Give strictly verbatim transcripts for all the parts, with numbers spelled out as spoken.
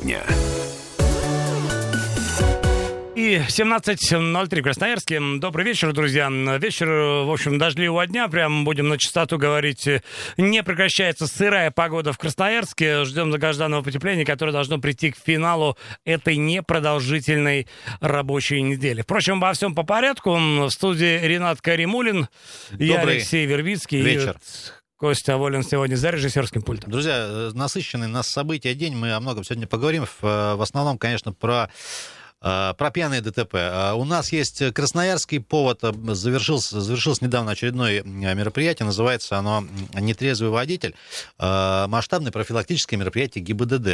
дня. И семнадцать ноль три в Красноярске. Добрый вечер, друзья. Вечер, в общем, дождливого дня. Прям будем на чистоту говорить. Не прекращается сырая погода в Красноярске. Ждем долгожданного потепления, которое должно прийти к финалу этой непродолжительной рабочей недели. Впрочем, обо всем по порядку. В студии Ренат Каримулин. Добрый я Алексей Вербицкий. вечер. Костя Волин сегодня за режиссерским пультом. Друзья, насыщенный нас события день. Мы о многом сегодня поговорим. В основном, конечно, про... Про пьяные ДТП. У нас есть красноярский повод. Завершился, завершилось недавно очередное мероприятие. Называется оно «Нетрезвый водитель». Масштабное профилактическое мероприятие ГИБДД.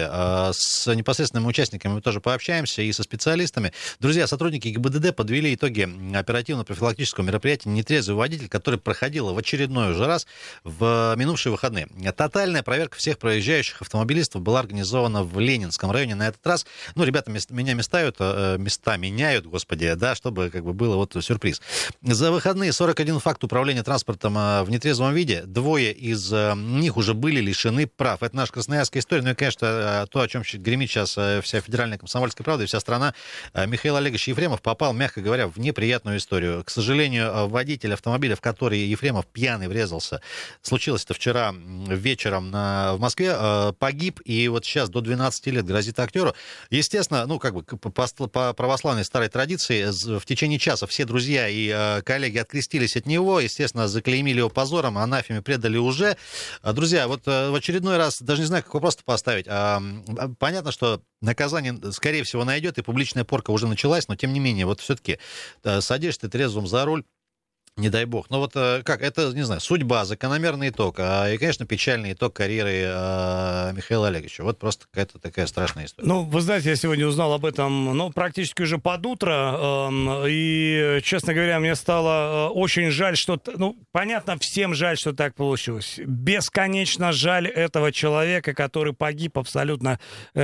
С непосредственными участниками мы тоже пообщаемся и со специалистами. Друзья, сотрудники ГИБДД подвели итоги оперативно-профилактического мероприятия «Нетрезвый водитель», которое проходило в очередной уже раз в минувшие выходные. Тотальная проверка всех проезжающих автомобилистов была организована в Ленинском районе. На этот раз, ну, ребята меня местают, места меняют, господи, да, чтобы как бы было вот сюрприз. За выходные сорок один факт управления транспортом в нетрезвом виде. Двое из них уже были лишены прав. Это наша красноярская история. Ну и, конечно, то, о чем гремит сейчас вся федеральная комсомольская правда и вся страна. Михаил Олегович Ефремов попал, мягко говоря, в неприятную историю. К сожалению, водитель автомобиля, в который Ефремов пьяный врезался, случилось это вчера вечером на, в Москве, погиб, и вот сейчас до двенадцати лет грозит актеру. Естественно, ну, как бы по по православной старой традиции, в течение часа все друзья и э, коллеги открестились от него, естественно, заклеймили его позором, анафеме предали уже. Друзья, вот э, в очередной раз, даже не знаю, как вопрос поставить, а, понятно, что наказание, скорее всего, найдет, и публичная порка уже началась, но, тем не менее, вот все-таки э, садишься ты трезвым за руль, не дай бог. Но вот как, это, не знаю, судьба, закономерный итог, и, конечно, печальный итог карьеры э, Михаила Олеговича. Вот просто какая-то такая страшная история. Ну, вы знаете, я сегодня узнал об этом, ну, практически уже под утро, э, и, честно говоря, мне стало очень жаль, что, ну, понятно, всем жаль, что так получилось. Бесконечно жаль этого человека, который погиб абсолютно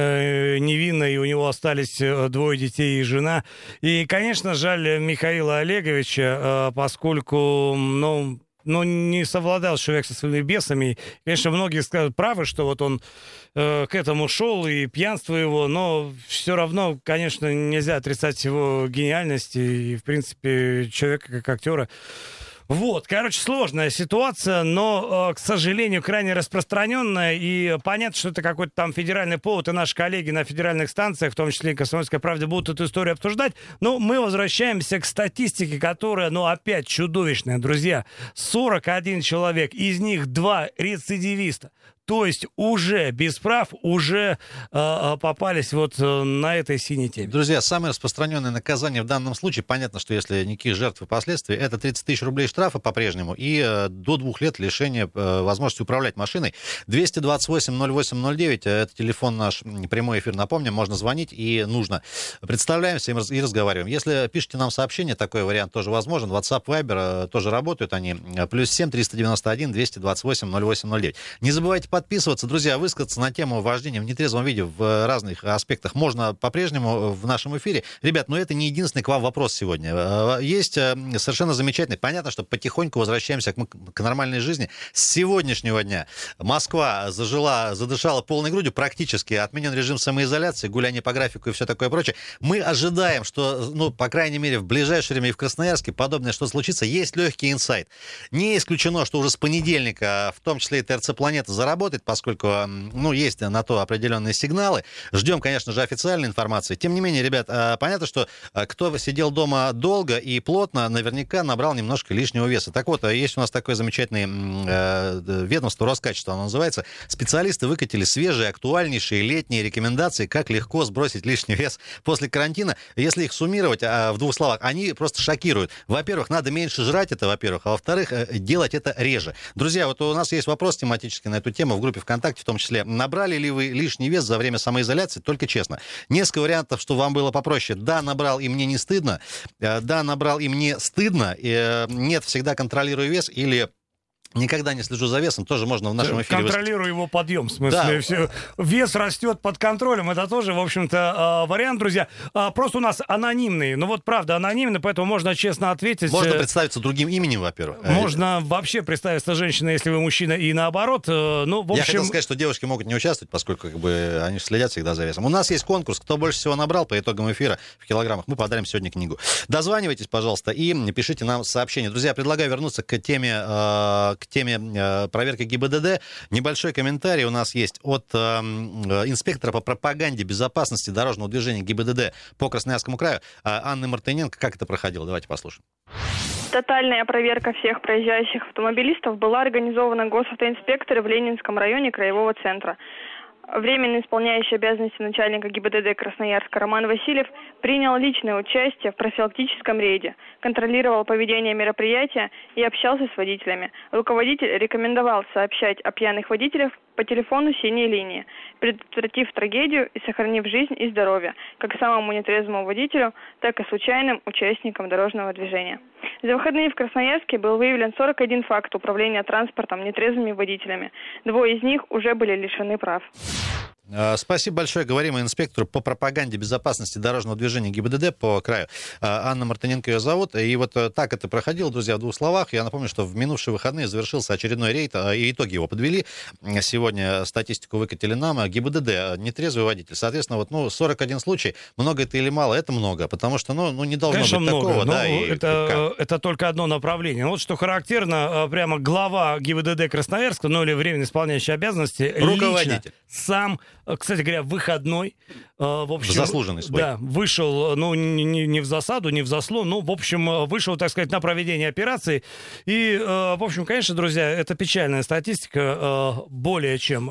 э, невинно, и у него остались двое детей и жена. И, конечно, жаль Михаила Олеговича, э, поскольку Ну, ну, не совладал человек со своими бесами. Конечно, многие скажут, правы, что вот он э, к этому шел, и пьянство его, но все равно, конечно, нельзя отрицать его гениальности и, в принципе, человека как актера. Вот, короче, сложная ситуация, но, к сожалению, крайне распространенная, и понятно, что это какой-то там федеральный повод, и наши коллеги на федеральных станциях, в том числе и «Комсомольская правда», будут эту историю обсуждать, но мы возвращаемся к статистике, которая, ну, опять чудовищная, друзья. сорок один человек, из них два рецидивиста. То есть уже без прав, уже э, попались вот э, на этой синей теме. Друзья, самое распространенное наказание в данном случае, понятно, что если никаких жертв и последствий, это тридцать тысяч рублей штрафа по-прежнему и э, до двух лет лишения э, возможности управлять машиной. двести двадцать восемь ноль восемь ноль девять, это телефон наш, прямой эфир, напомним, можно звонить и нужно. Представляемся и разговариваем. Если пишете нам сообщение, такой вариант тоже возможен. WhatsApp, Viber э, тоже работают они. Плюс семь триста девяносто один двести двадцать восемь ноль восемь ноль девять. Не забывайте подписываться, друзья, высказаться на тему вождения в нетрезвом виде в разных аспектах можно по-прежнему в нашем эфире. Ребят, но это не единственный к вам вопрос сегодня. Есть совершенно замечательный. Понятно, что потихоньку возвращаемся к, к нормальной жизни. С сегодняшнего дня Москва зажила, задышала полной грудью, практически отменен режим самоизоляции, гуляние по графику и все такое прочее. Мы ожидаем, что, ну, по крайней мере, в ближайшее время и в Красноярске подобное что случится. Есть легкий инсайт. Не исключено, что уже с понедельника, в том числе и ТРЦ «Планета», заработает, поскольку, ну, есть на то определенные сигналы. Ждем, конечно же, официальной информации. Тем не менее, ребят, понятно, что кто сидел дома долго и плотно, наверняка набрал немножко лишнего веса. Так вот, есть у нас такое замечательное ведомство Роскачества, оно называется. Специалисты выкатили свежие, актуальнейшие летние рекомендации, как легко сбросить лишний вес после карантина. Если их суммировать в двух словах, они просто шокируют. Во-первых, надо меньше жрать это, во-первых, а во-вторых, делать это реже. Друзья, вот у нас есть вопрос тематический на эту тему в группе ВКонтакте, в том числе. Набрали ли вы лишний вес за время самоизоляции? Только честно. Несколько вариантов, что вам было попроще. Да, набрал, и мне не стыдно. Да, набрал, и мне стыдно. Нет, всегда контролирую вес. Или Никогда не слежу за весом, тоже можно в нашем эфире... Контролирую его подъем, в смысле, да. все, вес растет под контролем, это тоже, в общем-то, вариант, друзья. Просто у нас анонимный, ну вот правда анонимный, поэтому можно честно ответить. Можно представиться другим именем, во-первых. Можно вообще представиться женщиной, если вы мужчина, и наоборот. Ну, в общем... Я хотел сказать, что девушки могут не участвовать, поскольку как бы, они следят всегда за весом. У нас есть конкурс, кто больше всего набрал по итогам эфира в килограммах, мы подарим сегодня книгу. Дозванивайтесь, пожалуйста, и пишите нам сообщения. Друзья, предлагаю вернуться к теме... к теме э, проверки ГИБДД. Небольшой комментарий у нас есть от э, инспектора по пропаганде безопасности дорожного движения ГИБДД по Красноярскому краю Анны Мартыненко. Как это проходило? Давайте послушаем. Тотальная проверка всех проезжающих автомобилистов была организована госавтоинспекторами в Ленинском районе краевого центра. Временно исполняющий обязанности начальника ГИБДД Красноярска Роман Васильев принял личное участие в профилактическом рейде, контролировал поведение мероприятия и общался с водителями. Руководитель рекомендовал сообщать о пьяных водителях по телефону синей линии, предотвратив трагедию и сохранив жизнь и здоровье как самому нетрезвому водителю, так и случайным участникам дорожного движения. За выходные в Красноярске был выявлен сорок один факт управления транспортом нетрезвыми водителями. Двое из них уже были лишены прав. Спасибо большое. Говорим о инспектору по пропаганде безопасности дорожного движения ГИБДД по краю. Анна Мартыненко ее зовут. И вот так это проходило, друзья, в двух словах. Я напомню, что в минувшие выходные завершился очередной рейд, и итоги его подвели. Сегодня статистику выкатили нам. ГИБДД, нетрезвый водитель. Соответственно, вот, ну, сорок один случай. Много это или мало? Это много, потому что, ну, ну не должно Конечно, быть много. такого. Но Да, и это, это только одно направление. Вот что характерно, прямо глава ГИБДД Красноярска, ну или временно исполняющий обязанности, руководитель. Лично сам, кстати говоря, выходной, в общем, заслуженный свой. Да, вышел, ну, не, не в засаду, не в заслон, ну, в общем, вышел, так сказать, на проведение операции. И, в общем, конечно, друзья, это печальная статистика, более чем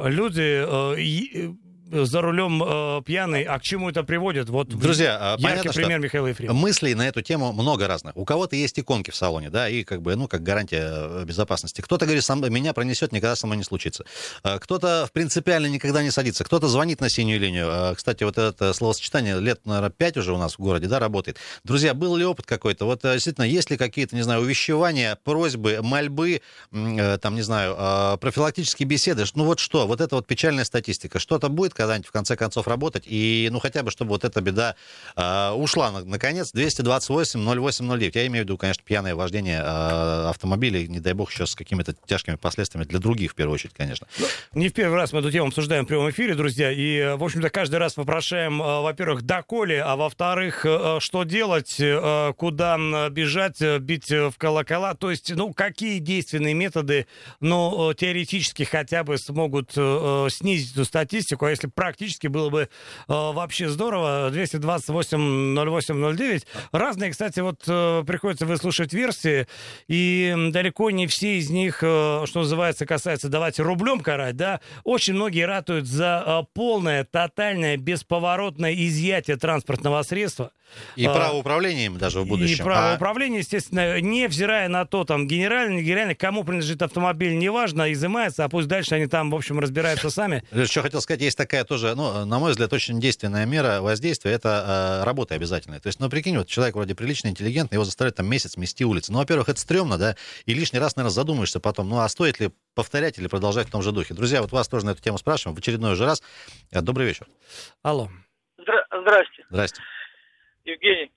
люди за рулем э, пьяный, а к чему это приводит? Вот друзья, яркий понятно, пример Михаила Ефремова. Мыслей на эту тему много разных. У кого-то есть иконки в салоне, да, и как бы, ну, как гарантия безопасности. Кто-то говорит, сам меня пронесет, никогда со мной не случится. Кто-то принципиально никогда не садится. Кто-то звонит на синюю линию. Кстати, вот это словосочетание лет, наверное, пять уже у нас в городе, да, работает. Друзья, был ли опыт какой-то? Вот действительно, есть ли какие-то, не знаю, увещевания, просьбы, мольбы, там, не знаю, профилактические беседы? Ну, вот что? Вот это вот печальная статистика. Что-то будет когда-нибудь в конце концов работать, и, ну, хотя бы, чтобы вот эта беда э, ушла, наконец, двести двадцать восемь ноль восемь ноль девять. Я имею в виду, конечно, пьяное вождение э, автомобилей, не дай бог, еще с какими-то тяжкими последствиями для других, в первую очередь, конечно. Не в первый раз мы эту тему обсуждаем в прямом эфире, друзья, и, в общем-то, каждый раз вопрошаем, э, во-первых, доколе, а во-вторых, э, что делать, э, куда бежать, бить в колокола, то есть, ну, какие действенные методы, ну, теоретически хотя бы смогут э, снизить эту статистику, а если практически было бы э, вообще здорово. двести двадцать восемь ноль восемь ноль девять. Разные, кстати, вот э, приходится выслушать версии, и далеко не все из них, э, что называется, касается давайте рублем карать, да. Очень многие ратуют за э, полное, тотальное, бесповоротное изъятие транспортного средства. И право управления им даже в будущем. И право а... управления, естественно, невзирая на то, там, генеральный, генеральный, кому принадлежит автомобиль, неважно, изымается, а пусть дальше они там, в общем, разбираются сами. Что хотел сказать, есть такая тоже, ну, на мой взгляд, очень действенная мера воздействия, это э, работа обязательная. То есть, ну, прикинь, вот человек вроде приличный, интеллигентный, его заставляют там месяц мести улицы. Ну, во-первых, это стрёмно, да, и лишний раз, наверное, задумаешься потом, ну, а стоит ли повторять или продолжать в том же духе. Друзья, вот вас тоже на эту тему спрашиваем в очередной уже раз. Добрый вечер. Алло. Здра- здрасте. Здрасте. Евгений.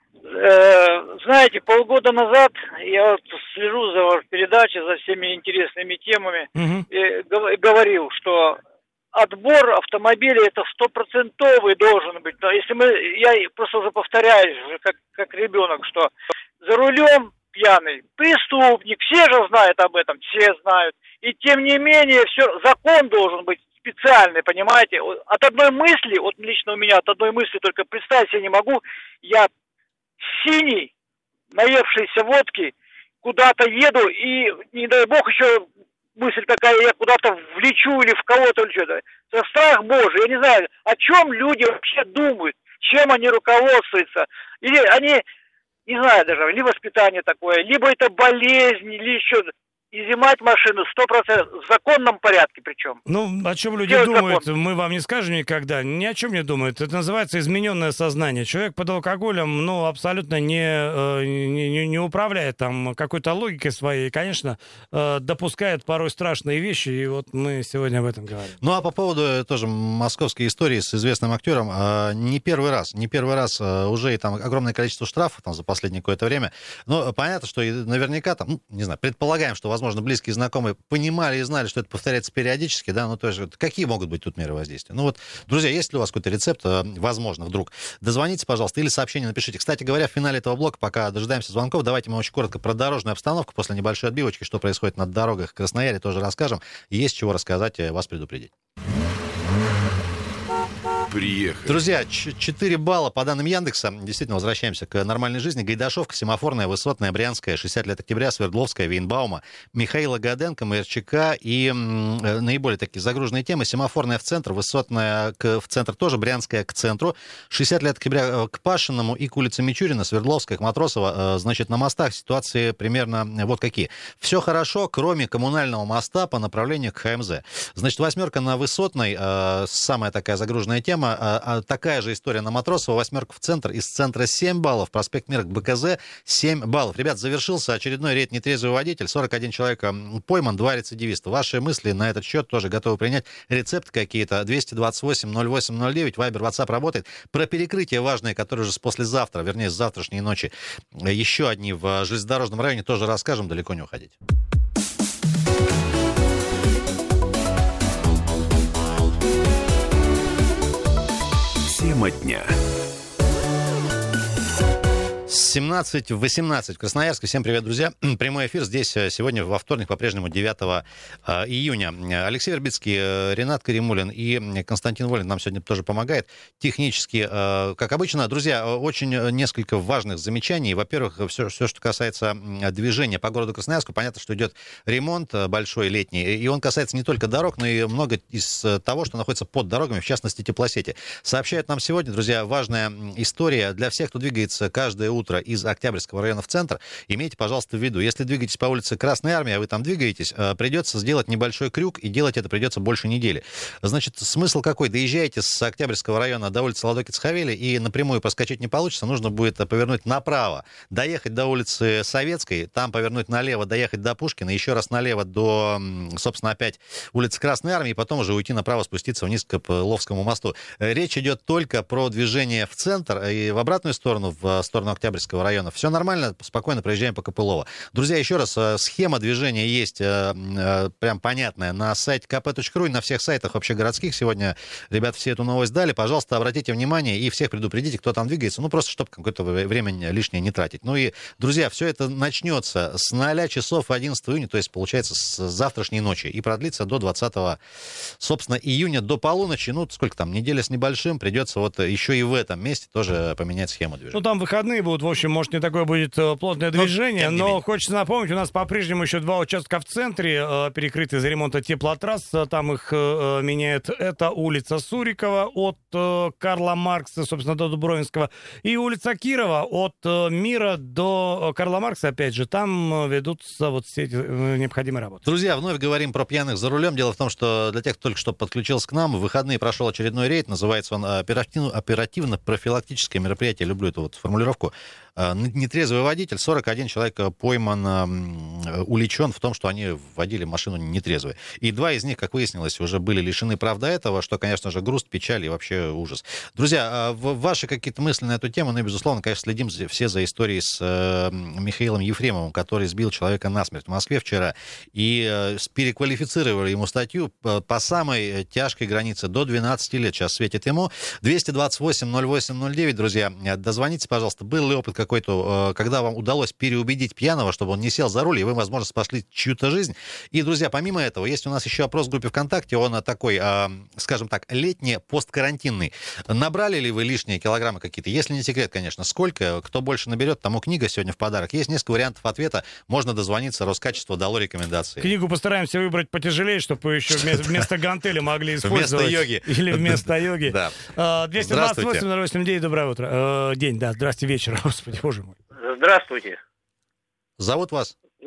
Э, знаете, полгода назад я вот слежу за вашей передачей, за всеми интересными темами, Угу. и гов- говорил, что отбор автомобилей это стопроцентовый должен быть. Но если мы, я просто уже повторяюсь, уже как, как ребенок, что за рулем пьяный преступник, все же знают об этом, все знают. И тем не менее, все, закон должен быть специальный, понимаете? От одной мысли, вот лично у меня от одной мысли только представить себе не могу, я синий, наевшийся водки, куда-то еду, и, не дай бог, еще мысль такая, я куда-то влечу или в кого-то, или что-то. Это страх Божий, я не знаю, о чем люди вообще думают, чем они руководствуются. Или они, не знаю даже, ли воспитание такое, либо это болезнь, или еще. изымать машину сто процентов в законном порядке причем. Ну, о чем люди Делать думают, закон. мы вам не скажем никогда. Ни о чем не думают. Это называется измененное сознание. Человек под алкоголем, ну, абсолютно не, э, не, не- не управляет там какой-то логикой своей. И, конечно, э, допускает порой страшные вещи. И вот мы сегодня об этом говорим. Ну, а по поводу э, тоже московской истории с известным актером, э, не первый раз, не первый раз э, уже и там огромное количество штрафов там за последнее какое-то время. Но понятно, что и наверняка там, ну, не знаю, предполагаем, что, возможно, близкие знакомые понимали и знали, что это повторяется периодически, да, ну, то есть вот какие могут быть тут меры воздействия? Ну, вот, друзья, есть ли у вас какой-то рецепт, э, возможно, вдруг? Дозвоните, пожалуйста, или сообщение напишите. Кстати говоря, в финале этого блока, пока дожидаемся звонков, давайте мы очень коротко про дорожную обстановку, после небольшой отбивочки, что происходит на дорогах в Краснояре, тоже расскажем. Есть чего рассказать, э, вас предупредить. Приехали. Друзья, четыре балла по данным Яндекса. Действительно, возвращаемся к нормальной жизни. Гайдашовка, Семафорная, Высотная, Брянская, шестьдесят лет октября, Свердловская, Вейнбаума, Михаила Гаденко, МРЧК и м, наиболее такие загруженные темы. Семафорная в центр, Высотная к, в центр тоже, Брянская к центру, шестьдесят лет октября к Пашиному и к улице Мичурина, Свердловская к Матросова. Значит, на мостах ситуации примерно вот какие. Все хорошо, кроме коммунального моста по направлению к ХМЗ. Значит, восьмерка на Высотной, самая такая загруженная тема. Такая же история на Матросова, восьмерка в центр, из центра семь баллов, проспект Мира к БКЗ семь баллов. Ребят, завершился очередной рейд «Нетрезвый водитель», сорок один человек пойман, два рецидивиста. Ваши мысли на этот счет тоже готовы принять, рецепты какие-то, двести двадцать восемь ноль восемь ноль девять, Вайбер, Ватсап работает. Про перекрытие важное, которое уже с послезавтра, вернее, с завтрашней ночи, еще одни в железнодорожном районе, тоже расскажем, далеко не уходить. Тема дня. семнадцать восемнадцать в Красноярске. Всем привет, друзья. Прямой эфир здесь сегодня во вторник, по-прежнему девятого июня. Алексей Вербицкий, Ренат Каримулин и Константин Волин нам сегодня тоже помогает технически. Как обычно, друзья, очень несколько важных замечаний. Во-первых, все, все, что касается движения по городу Красноярску. Понятно, что идет ремонт большой летний, и он касается не только дорог, но и много из того, что находится под дорогами, в частности, теплосети. Сообщают нам сегодня, друзья, важная история для всех, кто двигается каждое утро из Октябрьского района в центр. Имейте, пожалуйста, в виду, если двигаетесь по улице Красной Армии, а вы там двигаетесь, придется сделать небольшой крюк, и делать это придется больше недели. Значит, смысл какой? Доезжаете с Октябрьского района до улицы Ладоки-Цхавели, и напрямую проскочить не получится, нужно будет повернуть направо, доехать до улицы Советской, там повернуть налево, доехать до Пушкина, еще раз налево до, собственно, опять улицы Красной Армии, и потом уже уйти направо, спуститься вниз к Пловскому мосту. Речь идет только про движение в центр и в обратную сторону, в сторону Октябрьского района. Все нормально, спокойно проезжаем по Копылово. Друзья, еще раз, схема движения есть прям понятная на сайте ка пэ точка ру и на всех сайтах общегородских. Сегодня ребят все эту новость дали. Пожалуйста, обратите внимание и всех предупредите, кто там двигается. Ну, просто, чтобы какое-то время лишнее не тратить. Ну и, друзья, все это начнется с ноля часов одиннадцатого июня, то есть, получается, с завтрашней ночи, и продлится до двадцатого, собственно, июня, до полуночи. Ну, сколько там, неделя с небольшим, придется вот еще и в этом месте тоже поменять схему движения. Ну, там выходные будут, в общем, может, не такое будет плотное движение, но, но хочется напомнить, у нас по-прежнему еще два участка в центре э, перекрыты из-за ремонта теплотрасс, там их э, меняют. Это улица Сурикова от э, Карла Маркса, собственно, до Дубровинского, и улица Кирова от э, Мира до Карла Маркса, опять же, там ведутся вот все эти э, необходимые работы. Друзья, вновь говорим про пьяных за рулем. Дело в том, что для тех, кто только что подключился к нам, в выходные прошел очередной рейд, называется он оперативно, оперативно-профилактическое мероприятие, люблю эту вот формулировку. Нетрезвый водитель, сорок один человек пойман, уличен в том, что они водили машину нетрезвые. И два из них, как выяснилось, уже были лишены прав до этого, что, конечно же, груз, печаль и вообще ужас. Друзья, ваши какие-то мысли на эту тему, ну и, безусловно, конечно, следим все за историей с Михаилом Ефремовым, который сбил человека насмерть в Москве вчера, и переквалифицировали ему статью по самой тяжкой границе, до двенадцати лет сейчас светит ему. двести двадцать восемь ноль восемь ноль девять, друзья, дозвонитесь, пожалуйста, был ли опыт какой-то, когда вам удалось переубедить пьяного, чтобы он не сел за руль, и вы, возможно, спасли чью-то жизнь. И, друзья, помимо этого, есть у нас еще опрос в группе ВКонтакте, он такой, скажем так, летний, посткарантинный. Набрали ли вы лишние килограммы какие-то? Если не секрет, конечно, сколько? Кто больше наберет, тому книга сегодня в подарок. Есть несколько вариантов ответа, можно дозвониться, Роскачество дало рекомендации. Книгу постараемся выбрать потяжелее, чтобы вы еще вместо гантели могли использовать. Вместо йоги. Или вместо йоги. Да. двести двадцать восемь ноль восемь девять, доброе утро. День, да, здрасте, вечер, господи, боже мой. Здравствуйте. Зовут вас?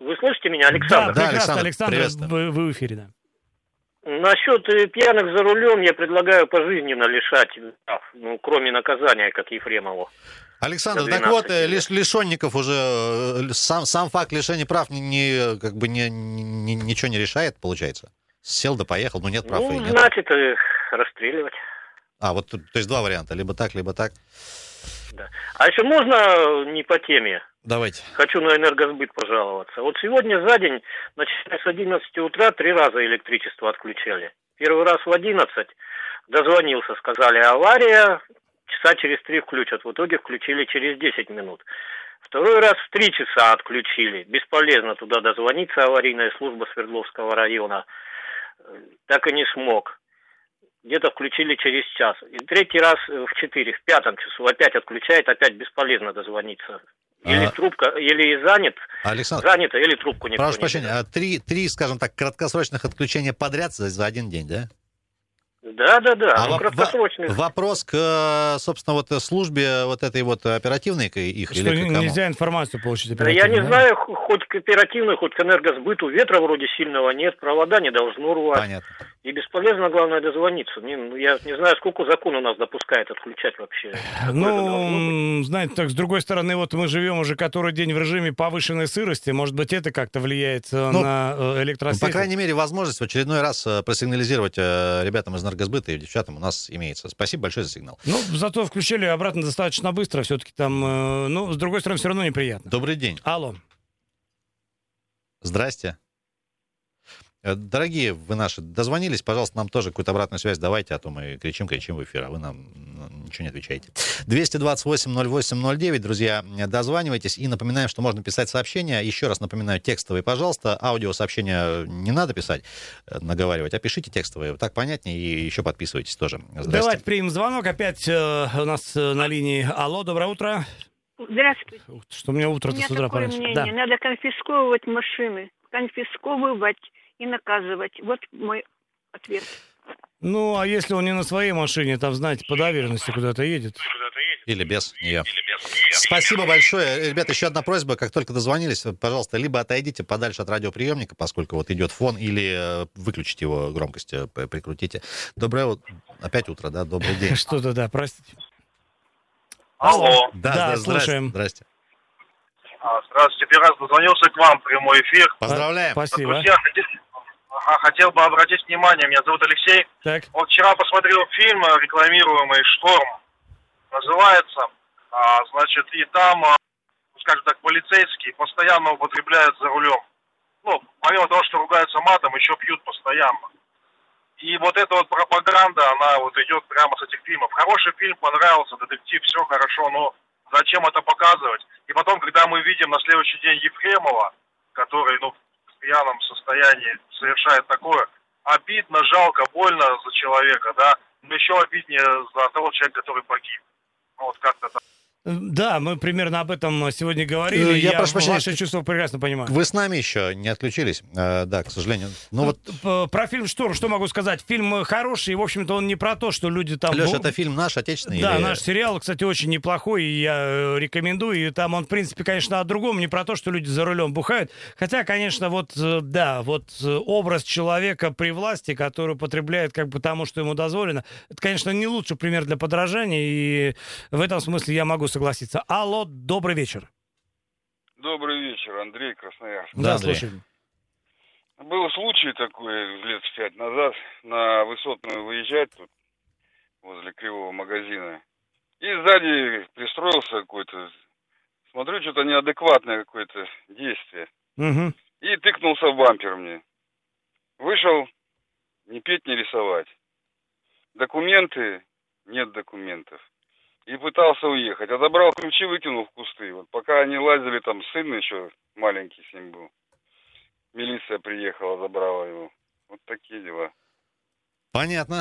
Вы слышите меня, Александр? Да, Да, прекрасно, Александр, Александр, вы, вы в эфире, да. Насчет э, пьяных за рулем я предлагаю пожизненно лишать, прав, ну, кроме наказания, как Ефремову. Александр, До так вот, двенадцати лиш, лишенников уже, э, сам, сам факт лишения прав не, не, как бы не, не- ничего не решает, получается? Сел да поехал, ну нет прав и Ну, нет. значит, э, расстреливать. А, вот, то есть два варианта, либо так, либо так. Да. А еще можно не по теме? Давайте. Хочу на энергосбыт пожаловаться. Вот сегодня за день, начиная с одиннадцати утра, три раза электричество отключали. Первый раз в одиннадцать дозвонился, сказали авария, часа через три включат. В итоге включили через десять минут. Второй раз в три часа отключили. Бесполезно туда дозвониться, аварийная служба Свердловского района. Так и не смог. Где-то включили через час. И третий раз в четыре, в пятом часу опять отключает, опять бесполезно дозвониться. Или А... трубка, или занят, Александр, занято, или трубку никто прошу не прощения, берет. а три, три, скажем так, краткосрочных отключения подряд за, за один день, да? Да, да, да. А Ну, во- краткосрочный. во- вопрос к, э, собственно, вот службе вот этой вот оперативной к- их Что или к кому? нельзя информацию получить Да я оперативно, не да? знаю, х- хоть к оперативной, хоть к энергосбыту. Ветра вроде сильного нет, провода не должно рвать. Понятно. И бесполезно, главное, дозвониться. Не, ну, я не знаю, сколько закон у нас допускает отключать вообще. Такое же должно быть. Ну, знаете, так, с другой стороны, вот мы живем уже который день в режиме повышенной сырости. Может быть, это как-то влияет э, Ну, на э, Ну, электросети? по крайней мере, возможность в очередной раз э, просигнализировать э, ребятам из энергосбыта и девчатам у нас имеется. Спасибо большое за сигнал. Ну, зато включили обратно достаточно быстро. Все-таки там, э, ну, с другой стороны, все равно неприятно. Добрый день. Алло. Здрасте. Э, Дорогие вы наши, дозвонились, пожалуйста, нам тоже какую-то обратную связь давайте, а то мы кричим, кричим в эфир, а вы нам ну, ничего не отвечаете. двести двадцать восемь ноль восемь ноль девять, друзья, дозванивайтесь. И напоминаем, что можно писать сообщения. Еще раз напоминаю, текстовые, пожалуйста. Аудиосообщения не надо писать, э, наговаривать, а пишите текстовые. Так понятнее, и еще подписывайтесь тоже. Здрасте. Давайте примем звонок. Опять э, у нас э, на линии. Алло, доброе утро. Здравствуйте. Ух ты, что у меня У утро-то меня с утра такое пораньше. мнение. Да. Надо конфисковывать машины. Конфисковывать и наказывать. Вот мой ответ. Ну, а если он не на своей машине, там, знаете, по доверенности куда-то едет? Или без нее. Спасибо большое. Ребята, еще одна просьба. Как только дозвонились, пожалуйста, либо отойдите подальше от радиоприемника, поскольку вот идет фон, или э, выключите его громкость, э, п- прикрутите. Доброе вот опять утро, да? Добрый день. Что-то, да, простите. Алло. Да, здрасте, слушаем. Здрасте. А, Здравствуйте, первый раз дозвонился к вам, прямой эфир. Поздравляем. Спасибо. Друзья, хотел, ага, хотел бы обратить внимание, меня зовут Алексей. Так. Вот вчера посмотрел фильм э, рекламируемый «Шторм». Называется. А, значит, и там, а, скажем так, полицейские постоянно употребляют за рулем. Ну, помимо того, что ругаются матом, еще пьют постоянно. И вот эта вот пропаганда, она вот идет прямо с этих фильмов. Хороший фильм, понравился, детектив, все хорошо, но зачем это показывать? И потом, когда мы видим на следующий день Ефремова, который, ну, в пьяном состоянии совершает такое, обидно, жалко, больно за человека, да, но еще обиднее за того человека, который погиб. Ну, вот как-то так. Да, мы примерно об этом сегодня говорили. Э, я Я прошу прощения, ваши чувства прекрасно понимаю. Вы с нами еще не отключились? Э, да, к сожалению. Ну вот, П- Про фильм «Шторм» что могу сказать? Фильм хороший, и, в общем-то, он не про то, что люди там... Леша, бу- это фильм наш, отечественный? Да, или- наш сериал, кстати, очень неплохой, и я э, рекомендую. И там он, в принципе, конечно, о другом, не про то, что люди за рулем бухают. Хотя, конечно, вот, э, да, вот э, образ человека при власти, который употребляет как бы тому, что ему дозволено, это, конечно, не лучший пример для подражания, и в этом смысле я могу согласиться. Алло, добрый вечер. Добрый вечер, Андрей, Красноярск. Да, Андрей. слушай. Был случай такой лет пять назад, на Высотную выезжать тут, возле Кривого магазина. И сзади пристроился какой-то, смотрю, что-то неадекватное какое-то действие. Угу. И тыкнулся в бампер мне. Вышел, ни петь, ни рисовать. Документы, нет документов. И пытался уехать. Отобрал ключи, выкинул в кусты. Вот пока они лазили, там сын еще маленький с ним был. Милиция приехала, забрала его. Вот такие дела. Понятно.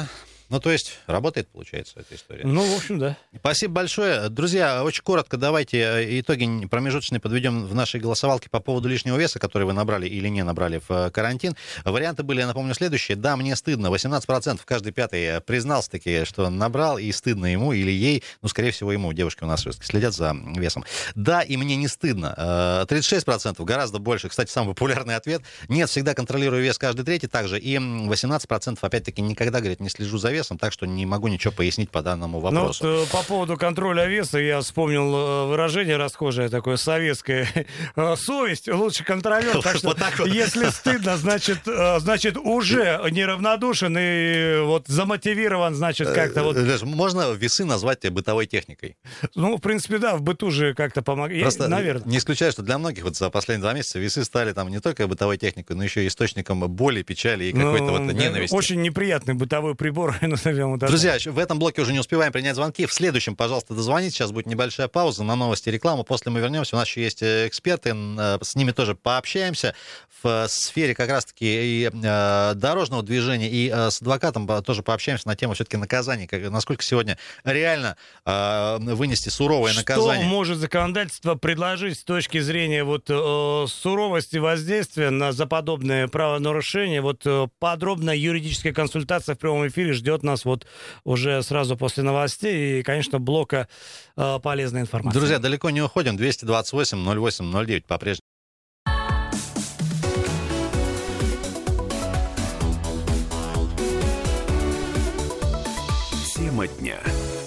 Ну, то есть работает, получается, эта история. Ну, в общем, да. Спасибо большое. Друзья, очень коротко давайте итоги промежуточные подведем в нашей голосовалке по поводу лишнего веса, который вы набрали или не набрали в карантин. Варианты были, я напомню, следующие. Да, мне стыдно. восемнадцать процентов каждый пятый признался-таки, что набрал, и стыдно ему или ей. Ну, скорее всего, ему. Девушки у нас следят за весом. Да, и мне не стыдно. тридцать шесть процентов, гораздо больше. Кстати, самый популярный ответ. Нет, всегда контролирую вес каждый третий также. И восемнадцать процентов, опять-таки, никогда, говорит, не слежу за весом, так что не могу ничего пояснить по данному вопросу. Ну, вот, по поводу контроля веса я вспомнил выражение расхожее такое советское. Совесть лучше контролер. Так что, если стыдно, значит, значит уже неравнодушен и вот замотивирован, значит, как-то вот... Можно весы назвать бытовой техникой? Ну, в принципе, да, в быту же как-то помогает. Просто наверное. Не исключаю, что для многих вот за последние два месяца весы стали там не только бытовой техникой, но еще и источником боли, печали и какой-то ну, вот ненависти. Очень неприятный бытовой прибор. Друзья, в этом блоке уже не успеваем принять звонки. В следующем, пожалуйста, дозвоните. Сейчас будет небольшая пауза на новости и рекламу. После мы вернемся. У нас еще есть эксперты. С ними тоже пообщаемся в сфере как раз-таки и дорожного движения. И с адвокатом тоже пообщаемся на тему все-таки наказаний. Насколько сегодня реально вынести суровое наказание. Что может законодательство предложить с точки зрения вот суровости воздействия на, за подобное правонарушение? Вот подробная юридическая консультация в прямом эфире ждет нас вот уже сразу после новостей и, конечно, блока э, полезной информации. Друзья, далеко не уходим. двести двадцать восемь ноль восемь ноль девять по-прежнему. Тема дня.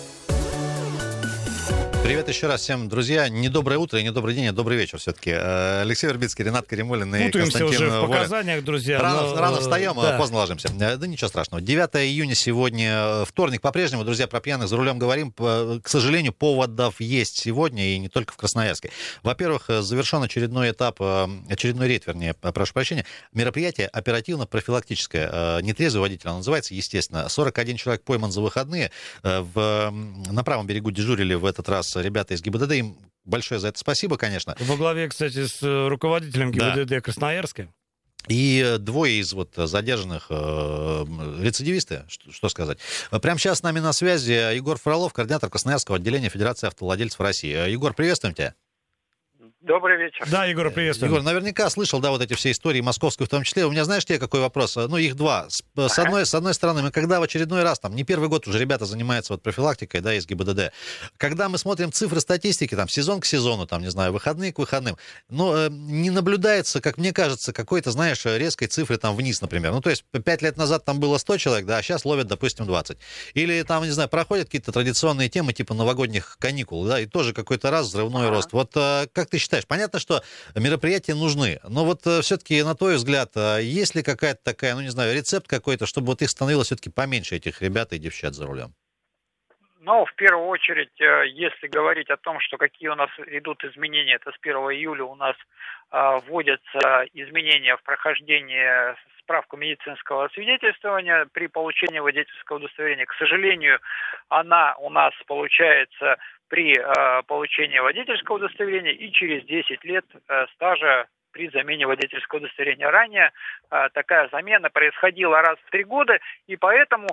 Привет еще раз всем, друзья. Не доброе утро и не добрый день, а добрый вечер все-таки. Алексей Вербицкий, Ренат Каримуллин и Путаемся Константин уже в показаниях, друзья. Рано, но... рано встаем, да. поздно ложимся. Да ничего страшного. девятое июня сегодня, вторник по-прежнему. Друзья, про пьяных за рулем говорим. К сожалению, поводов есть сегодня, и не только в Красноярске. Во-первых, завершен очередной этап, очередной рейд, вернее, прошу прощения, мероприятие оперативно-профилактическое. Нетрезвый водитель, оно называется, естественно. сорок один человек пойман за выходные. В... На правом берегу дежурили в этот раз ребята из ГИБДД. Им большое за это спасибо, конечно. Во главе, кстати, с руководителем ГИБДД да. Красноярска. И двое из вот задержанных э, рецидивисты, что, что сказать. Прямо сейчас с нами на связи Егор Фролов, координатор Красноярского отделения Федерации автовладельцев России. Егор, приветствуем тебя. Добрый вечер. Да, Егор, приветствую. Егор, наверняка слышал, да, вот эти все истории, московскую в том числе. У меня, знаешь, тебе какой вопрос? Ну, их два. С, ага. с, одной, с одной стороны, мы когда в очередной раз, там, не первый год уже ребята занимаются вот профилактикой, да, из ГИБДД. Когда мы смотрим цифры статистики, там, сезон к сезону, там, не знаю, выходные к выходным, но э, не наблюдается, как мне кажется, какой-то, знаешь, резкой цифры там вниз, например. Ну, то есть, пять лет назад там было сто человек, да, а сейчас ловят, допустим, двадцать. Или там, не знаю, проходят какие-то традиционные темы, типа новогодних каникул, да, и тоже какой-то раз взрывной ага. рост. Вот э, как ты считаешь? Понятно, что мероприятия нужны. Но вот э, все-таки, на твой взгляд, э, есть ли какая-то такая, ну, не знаю, рецепт какой-то, чтобы вот их становилось все-таки поменьше, этих ребят и девчат за рулем? Ну, в первую очередь, э, если говорить о том, что какие у нас идут изменения, это с первого июля у нас э, вводятся изменения в прохождении справку медицинского освидетельствования при получении водительского удостоверения. К сожалению, она у нас получается при э, получении водительского удостоверения и через десять лет э, стажа при замене водительского удостоверения. Ранее э, такая замена происходила раз в три года, и поэтому,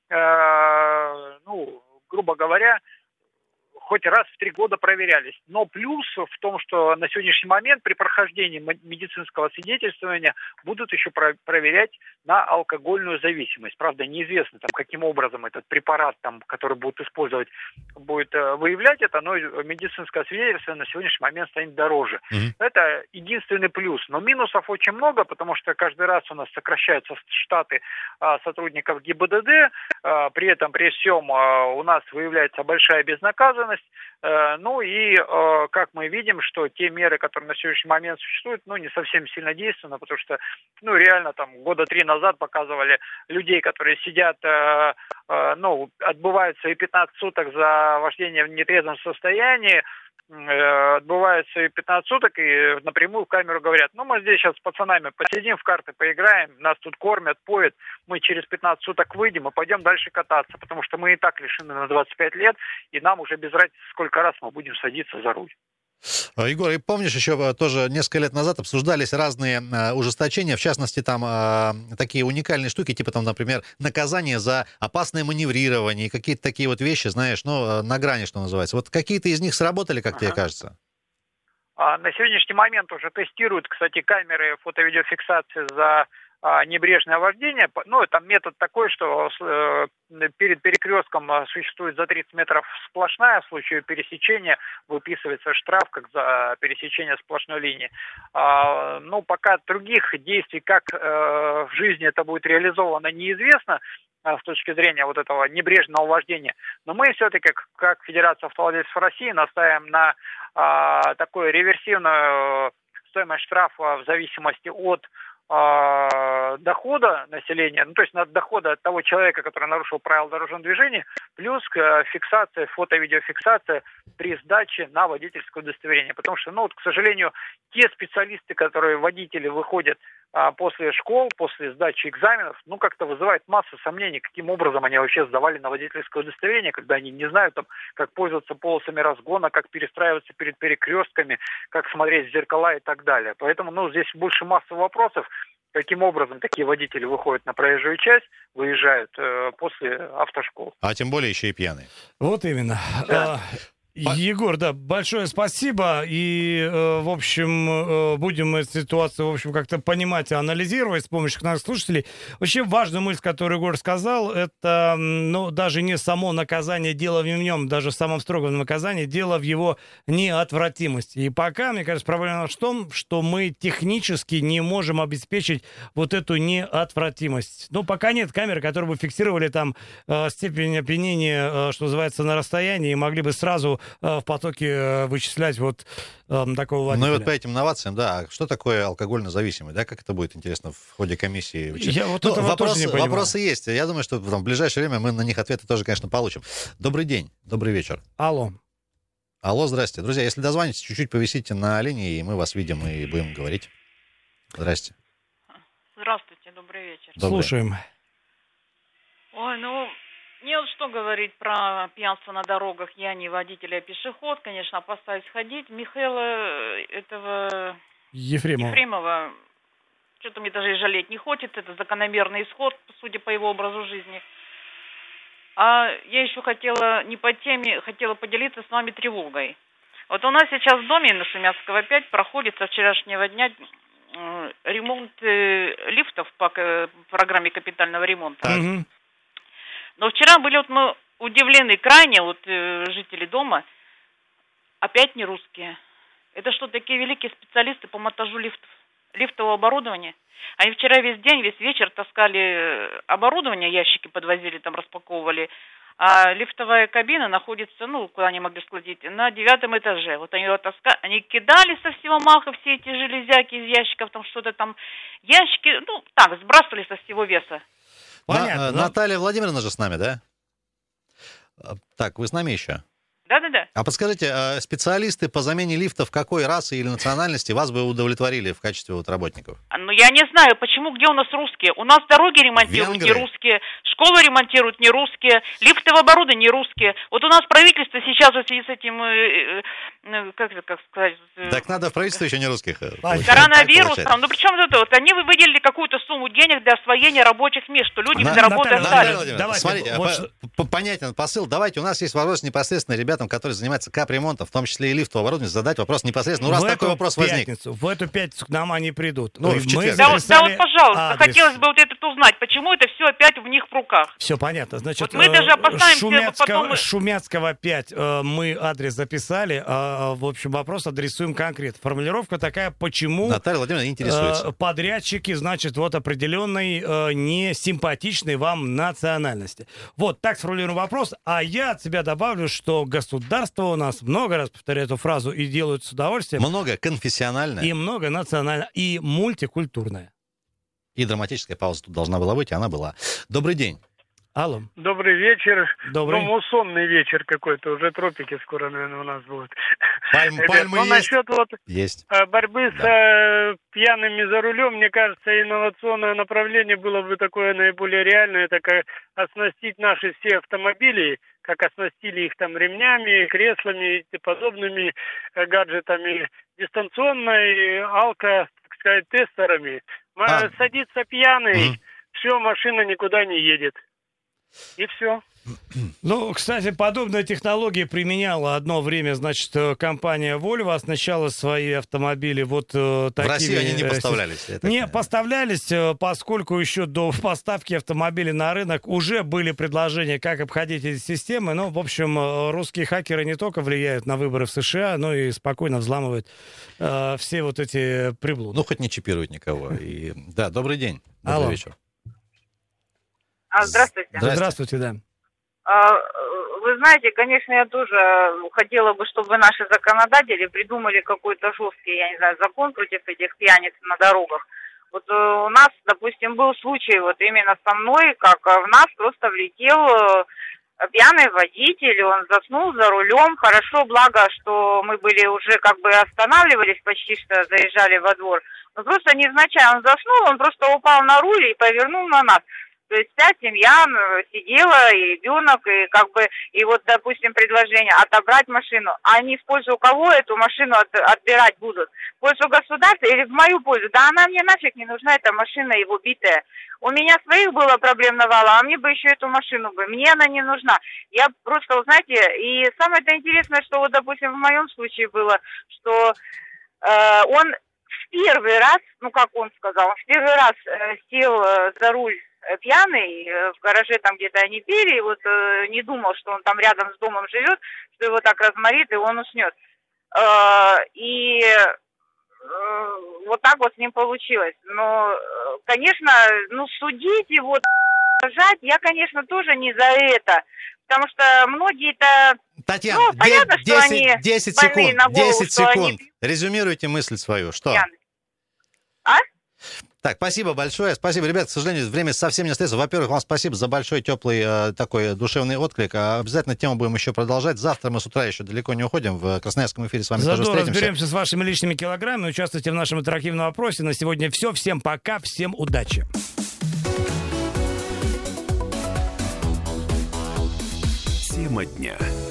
э, ну, грубо говоря, хоть раз в три года проверялись. Но плюс в том, что на сегодняшний момент при прохождении медицинского свидетельствования будут еще про- проверять на алкогольную зависимость. Правда, неизвестно, там, каким образом этот препарат, там, который будут использовать, будет э, выявлять это, но медицинское свидетельствование на сегодняшний момент станет дороже. Mm-hmm. Это единственный плюс. Но минусов очень много, потому что каждый раз у нас сокращаются штаты э, сотрудников ГИБДД, э, при этом, при всем, э, у нас выявляется большая безнаказанность. Ну и, как мы видим, что те меры, которые на сегодняшний момент существуют, ну, не совсем сильно действенны, потому что, ну, реально, там, года три назад показывали людей, которые сидят, ну, отбывают свои пятнадцать суток за вождение в нетрезвом состоянии, отбывают свои пятнадцать суток и напрямую в камеру говорят: ну, мы здесь сейчас с пацанами посидим, в карты поиграем, нас тут кормят, поят, мы через пятнадцать суток выйдем и пойдем дальше кататься, потому что мы и так лишены на двадцать пять лет, и нам уже без разницы, сколько раз мы будем садиться за руль. Егор, и помнишь, еще тоже несколько лет назад обсуждались разные э, ужесточения, в частности, там э, такие уникальные штуки, типа там, например, наказание за опасное маневрирование, какие-то такие вот вещи, знаешь, ну, на грани, что называется. Вот какие-то из них сработали, как ага. тебе кажется? А, на сегодняшний момент уже тестируют, кстати, камеры фото-видеофиксации за а, небрежное вождение. Ну, там метод такой, что э, перед перекрестком существует за тридцать метров сплошная, в случае пересечения выписывается штраф, как за пересечение сплошной линии. А, ну, пока других действий, как э, в жизни это будет реализовано, неизвестно с точки зрения вот этого небрежного вождения. Но мы все-таки, как, как Федерация автовладельцев России, настаиваем на а, такой реверсивную стоимость штрафа в зависимости от а, дохода населения, ну то есть от дохода того человека, который нарушил правила дорожного движения, плюс к фиксации, фото-видеофиксация при сдаче на водительское удостоверение. Потому что, ну вот, к сожалению, те специалисты, которые водители выходят а, после школ, после сдачи экзаменов, ну как-то вызывает массу сомнений, каким образом они вообще сдавали на водительское удостоверение, когда они не знают, там, как пользоваться полосами разгона, как перестраиваться перед перекрестками, как смотреть в зеркала и так далее. Поэтому, ну, здесь больше масса вопросов, каким образом такие водители выходят на проезжую часть, выезжают э, после автошкол. А тем более еще и пьяные. Вот именно. Да. Егор, да, большое спасибо. И, э, в общем, э, будем эту ситуацию, в общем, как-то понимать и анализировать с помощью наших слушателей. Вообще важную мысль, которую Егор сказал, это, ну, даже не само наказание, дело в нем, даже в самом строгом наказании, дело в его неотвратимости. И пока, мне кажется, проблема в том, что мы технически не можем обеспечить вот эту неотвратимость. Ну, пока нет камер, которые бы фиксировали там э, степень опьянения, э, что называется, на расстоянии, и могли бы сразу в потоке вычислять вот э, такого водителя. Ну и вот по этим инновациям, да, что такое алкогольно зависимый, да, как это будет интересно в ходе комиссии вычислять? Я вот ну, вопрос, тоже не понимаю. Вопросы есть, я думаю, что там, в ближайшее время мы на них ответы тоже, конечно, получим. Добрый день, добрый вечер. Алло. Алло, здрасте. Друзья, если дозвонитесь, чуть-чуть повисите на линии, и мы вас видим и будем говорить. Здрасте. Здравствуйте, добрый вечер. Добрый. Слушаем. Ой, ну... Мне вот что говорить про пьянство на дорогах, я не водитель, а пешеход, конечно, опасаюсь ходить. Михаила этого Ефремова, Ефремова что-то мне даже и жалеть не хочет, это закономерный исход, судя по его образу жизни. А я еще хотела, не по теме, хотела поделиться с вами тревогой. Вот у нас сейчас в доме на Шумяцкого пять проходит со вчерашнего дня ремонт лифтов по программе капитального ремонта. Угу. Но вчера были вот мы удивлены крайне, вот э, жители дома, опять не русские. Это что, такие великие специалисты по монтажу лифтов, лифтового оборудования? Они вчера весь день, весь вечер таскали оборудование, ящики подвозили, там распаковывали, а лифтовая кабина находится, ну, куда они могли складить, на девятом этаже. Вот они его таскали, они кидали со всего маха все эти железяки из ящиков, там что-то там, ящики, ну, так, сбрасывали со всего веса. Понятно. На, Наталья Владимировна же с нами, да? Так, вы с нами еще? Да-да-да. А подскажите, специалисты по замене лифтов какой расы или национальности вас бы удовлетворили в качестве вот работников? Ну, я не знаю, почему, где у нас русские? У нас дороги ремонтируют Венгры. Не русские, школы ремонтируют не русские, лифтовое оборудование не русские. Вот у нас правительство сейчас в связи с этим, э, э, как, как сказать... Э, так надо в правительство еще не русских. Коронавирусом. Ну, причем это вот, они выделили какую-то сумму денег для освоения рабочих мест, что люди без работы остались. Смотрите, вот... понятен посыл. Давайте, у нас есть возможность непосредственно ребятам, которые занимаются капремонтом, в том числе и лифтового оборудования, задать вопрос непосредственно. Ну, раз такой вопрос возник. В эту пятницу к нам они придут. Ну, в четверг. Да, вот, да вот, пожалуйста, адрес. Хотелось бы вот это узнать, почему это все опять в них в руках. Все понятно. Значит, вот мы даже опасаемся Шумяцкого, потом... Шумяцкого пять мы адрес записали. В общем, вопрос адресуем конкретно. Формулировка такая, почему Наталья Владимировна интересуется. Подрядчики, значит, вот определенной несимпатичной вам национальности. Вот так сформулируем вопрос. А я от себя добавлю, что государство у нас, много раз повторяю эту фразу, и делают с удовольствием. Много конфессиональное. И много национальное, и мультикультурное. И драматическая пауза тут должна была быть, и она была. Добрый день. Алло. Добрый вечер. Добрый. Ну, муссонный вечер какой-то. Уже тропики скоро, наверное, у нас будут. Пальм, пальмы ну, есть? насчет вот Есть. борьбы Да. с э, пьяными за рулем, мне кажется, инновационное направление было бы такое наиболее реальное. Это как оснастить наши все автомобили, как оснастили их там ремнями, креслами и подобными э, гаджетами, дистанционной алко, так сказать, тестерами. А. Садится пьяный, Мгм. все, машина никуда не едет. И все. Ну, кстати, подобные технологии применяла одно время, значит, э, компания Volvo, оснащала свои автомобили вот э, такими... В Россию они не э, поставлялись. я так Не понимаю. поставлялись, э, поскольку еще до поставки автомобилей на рынок уже были предложения, как обходить эти системы. Но, в общем, э, русские хакеры не только влияют на выборы в США, но и спокойно взламывают э, все вот эти приблуды. Ну, хоть не чипируют никого. И... Да, добрый день. Добрый Алло. вечер. А, здравствуйте. Здрасте. Здравствуйте, да. А, Вы знаете, конечно, я тоже хотела бы, чтобы наши законодатели придумали какой-то жесткий, я не знаю, закон против этих пьяниц на дорогах. Вот э, у нас, допустим, был случай вот именно со мной, как э, в нас просто влетел э, пьяный водитель, он заснул за рулем. Хорошо, благо, что мы были уже как бы останавливались, почти что заезжали во двор. Но просто невзначай он заснул, он просто упал на руль и повернул на нас. То есть вся семья сидела, и ребенок, и как бы, и вот, допустим, предложение отобрать машину. А они в пользу кого эту машину от, отбирать будут? В пользу государства или в мою пользу? Да она мне нафиг не нужна, эта машина его битая. У меня своих было проблем навало, а мне бы еще эту машину бы. Мне она не нужна. Я просто, вы знаете, и самое-то интересное, что вот, допустим, в моем случае было, что э, он в первый раз, ну как он сказал, он в первый раз э, сел э, за руль пьяный, э, в гараже там где-то они пили, и вот э, не думал, что он там рядом с домом живет, что его так разморит, и он уснет. Э, и э, вот так вот с ним получилось. Но, э, конечно, ну судить его, сажать, я, конечно, тоже не за это. Потому что многие-то... Татьяна, ну, понятно, что они десять больные секунд, на голову, десять что секунд. они Резюмируйте мысль свою. Что? пьяны. А? Так, спасибо большое. Спасибо, ребят. К сожалению, время совсем не остается. Во-первых, вам спасибо за большой, теплый э, такой душевный отклик. А обязательно тему будем еще продолжать. Завтра мы с утра еще далеко не уходим. В Красноярском эфире с вами тоже Заодно встретимся. разберемся с вашими личными килограммами. Участвуйте в нашем интерактивном опросе. На сегодня все. Всем пока, всем удачи. Тема дня.